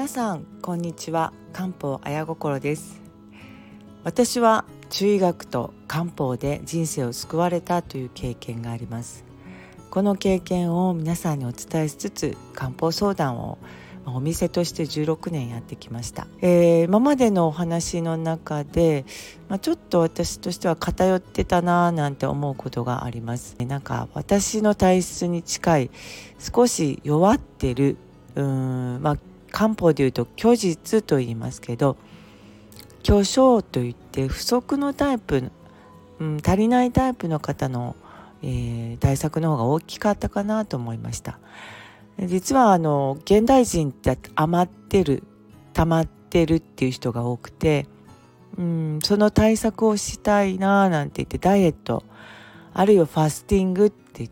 皆さんこんにちは。漢方綾心です。私は中医学と漢方で人生を救われたという経験があります。この経験を皆さんにお伝えしつつ、漢方相談をお店として16年やってきました。今までのお話の中で、ちょっと私としては偏ってたななんて思うことがあります。なんか私の体質に近い少し弱ってる漢方でいうと虚実と言いますけど、虚小といって不足のタイプ、足りないタイプの方の、対策の方が大きかったかなと思いました。実は現代人って余ってる溜まってるっていう人が多くて、その対策をしたいななんて言ってダイエットあるいはファスティングって言って、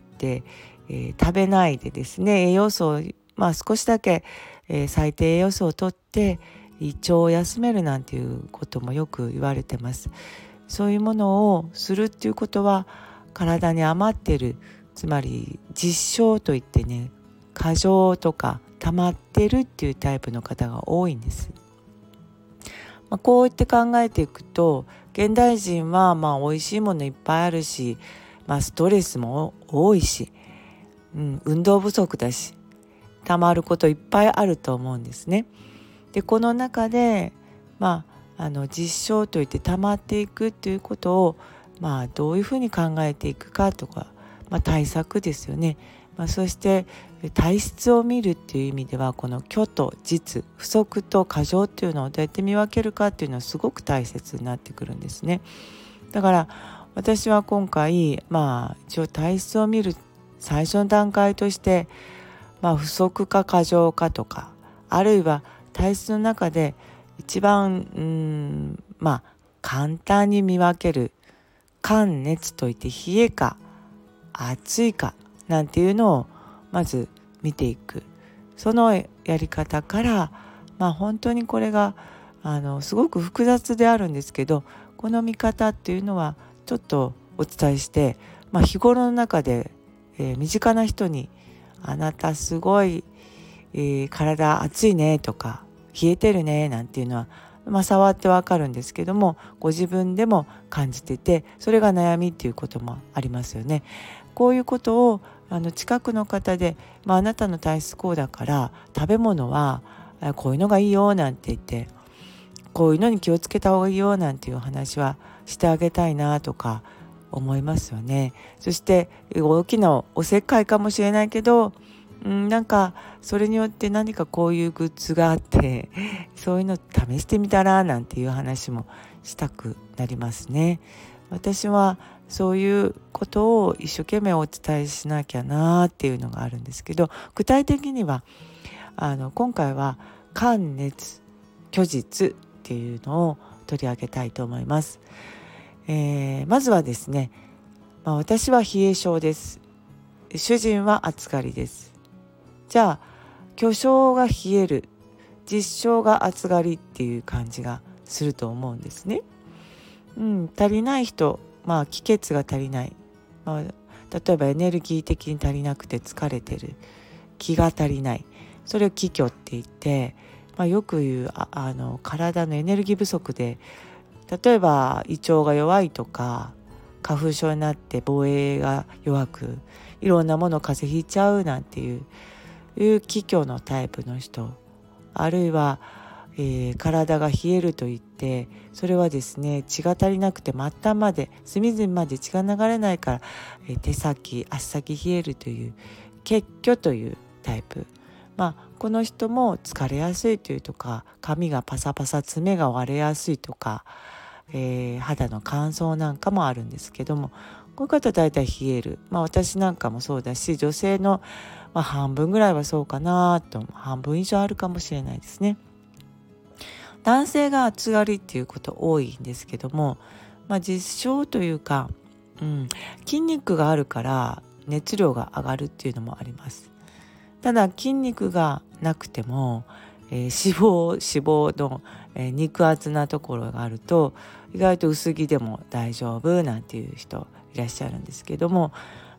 食べないでですね、栄養素を少しだけ、最低栄養素をとって胃腸を休めるなんていうこともよく言われてます。そういうものをするっていうことは体に余ってる、つまり実症といってね、過剰とか溜まってるっていうタイプの方が多いんです。こうやって考えていくと、現代人は美味しいものいっぱいあるし、ストレスも多いし、運動不足だし、溜まることいっぱいあると思うんですね。でこの中で実証といって溜まっていくということをどういうふうに考えていくかとか、対策ですよね。そして体質を見るっていう意味では、この虚と実、不足と過剰っていうのをどうやって見分けるかっていうのはすごく大切になってくるんですね。だから私は今回一応体質を見る最初の段階として、不足か過剰かとか、あるいは体質の中で一番簡単に見分ける寒熱といって冷えか暑いかなんていうのをまず見ていく。そのやり方から本当にこれがすごく複雑であるんですけど、この見方っていうのはちょっとお伝えして、日頃の中で、身近な人にあなたすごい、体熱いねとか冷えてるねなんていうのは、触ってわかるんですけども、ご自分でも感じてて、それが悩みっていうこともありますよね。こういうことを近くの方で、あなたの体質こうだから食べ物はこういうのがいいよなんて言って、こういうのに気をつけた方がいいよなんていう話はしてあげたいなとか思いますよね。そして大きなおせっかいかもしれないけど、なんかそれによって何かこういうグッズがあってそういうの試してみたらなんていう話もしたくなりますね。私はそういうことを一生懸命お伝えしなきゃなっていうのがあるんですけど、具体的には今回は寒熱虚実っていうのを取り上げたいと思います。まずはですね、私は冷え性です。主人は暑がりです。じゃあ虚小が冷える、実小が暑がりっていう感じがすると思うんですね。足りない人、気血が足りない、例えばエネルギー的に足りなくて疲れてる、気が足りない、それを気虚って言って、よく言う体のエネルギー不足で、例えば胃腸が弱いとか花粉症になって防衛が弱く、いろんなもの風邪ひいちゃうなんていう気虚のタイプの人、あるいは、体が冷えるといって、それはですね、血が足りなくて末端まで隅々まで血が流れないから、手先足先冷えるという血虚というタイプ、この人も疲れやすいというとか、髪がパサパサ、爪が割れやすいとか、肌の乾燥なんかもあるんですけども、こういう方だいたい冷える。私なんかもそうだし、女性の、半分ぐらいはそうかなと、半分以上あるかもしれないですね。男性が暑がりっていうこと多いんですけども、実証というか、筋肉があるから熱量が上がるっていうのもあります。ただ筋肉がなくても、脂肪の、肉厚なところがあると意外と薄着でも大丈夫なんていう人いらっしゃるんですけども、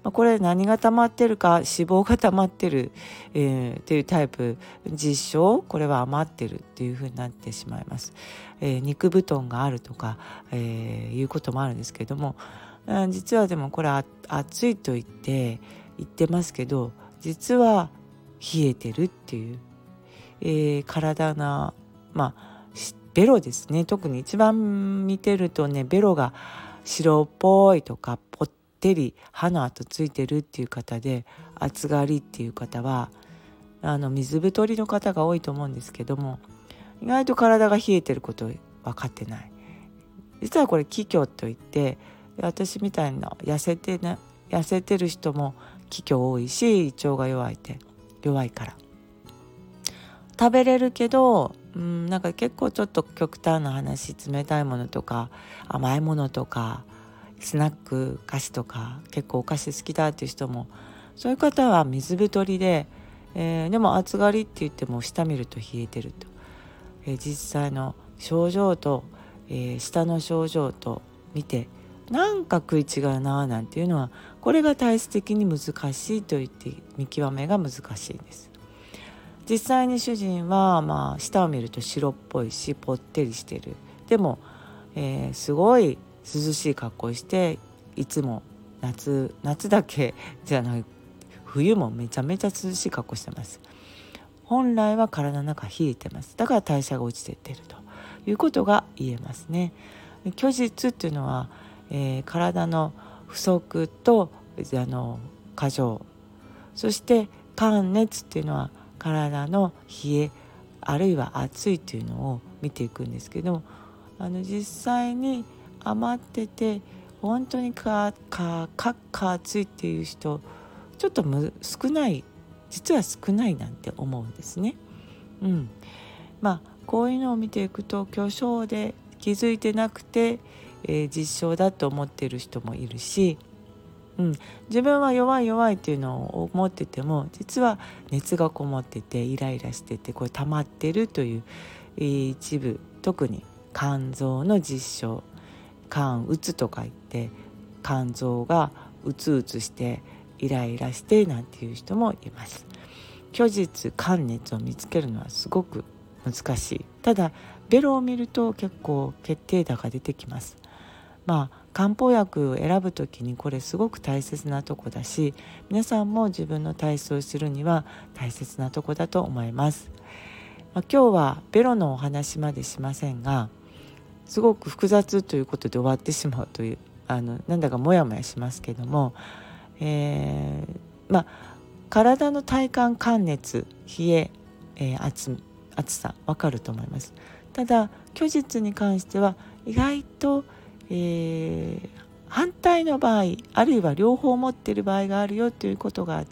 これ何が溜まってるか、脂肪が溜まってる、っていうタイプ、実証これは余ってるっていう風になってしまいます。肉布団があるとか、いうこともあるんですけども、実はでもこれ暑いと言ってますけど、実は冷えてるっていう、体のベロですね。特に一番見てるとね、ベロが白っぽいとかぽってり歯の跡ついてるっていう方で、暑がりっていう方は水太りの方が多いと思うんですけども、意外と体が冷えてること分かってない。実はこれ気虚といって、私みたいな痩せてる人も気虚多いし、胃腸が弱いから食べれるけど、なんか結構ちょっと極端な話、冷たいものとか甘いものとかスナック菓子とか、結構お菓子好きだっていう人も、そういう方は水太りで、でも暑がりって言っても下見ると冷えてると、実際の症状と、下の症状と見て、なんか食い違うななんていうのは、これが体質的に難しいと言って見極めが難しいんです。実際に主人は、下を見ると白っぽいしぽってりしてる。でも、すごい涼しい格好していつも夏だけじゃない、冬もめちゃめちゃ涼しい格好してます。本来は体の中冷えてます。だから代謝が落ちてってるということが言えますね。虚実っていうのは、体の不足と過剰、そして寒熱っていうのは体の冷えあるいは暑いというのを見ていくんですけど、実際に余ってて本当にか暑いっていう人ちょっと実は少ないなんて思うんですね。こういうのを見ていくと、虚象で気づいてなくて、実証だと思っている人もいるし、自分は弱いっていうのを思ってても、実は熱がこもっててイライラしてて、これ溜まってるという、一部、特に肝臓の実証、肝うつとか言って肝臓がうつうつしてイライラしてなんていう人もいます。虚実寒熱を見つけるのはすごく難しい。ただベロを見ると結構決定打が出てきます。漢方薬を選ぶときにこれすごく大切なとこだし、皆さんも自分の体質を知るには大切なとこだと思います。今日はベロのお話までしませんが、すごく複雑ということで終わってしまうという、なんだかモヤモヤしますけども、体の体感寒熱冷え、暑さ分かると思います。ただ虚実に関しては意外と、反対の場合、あるいは両方持っている場合があるよということがあって、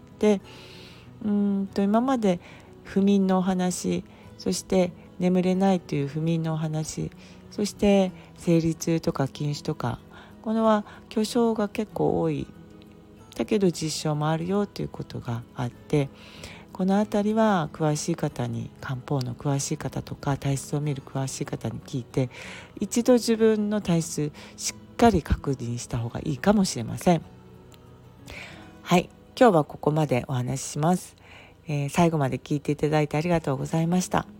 今まで不眠のお話、そして眠れないという不眠のお話、そして生理痛とか筋腫とか、このは虚象が結構多い、だけど実証もあるよということがあって、このあたりは詳しい方に、漢方の詳しい方とか体質を見る詳しい方に聞いて、一度自分の体質しっかり確認した方がいいかもしれません。はい、今日はここまでお話しします。最後まで聞いていただいてありがとうございました。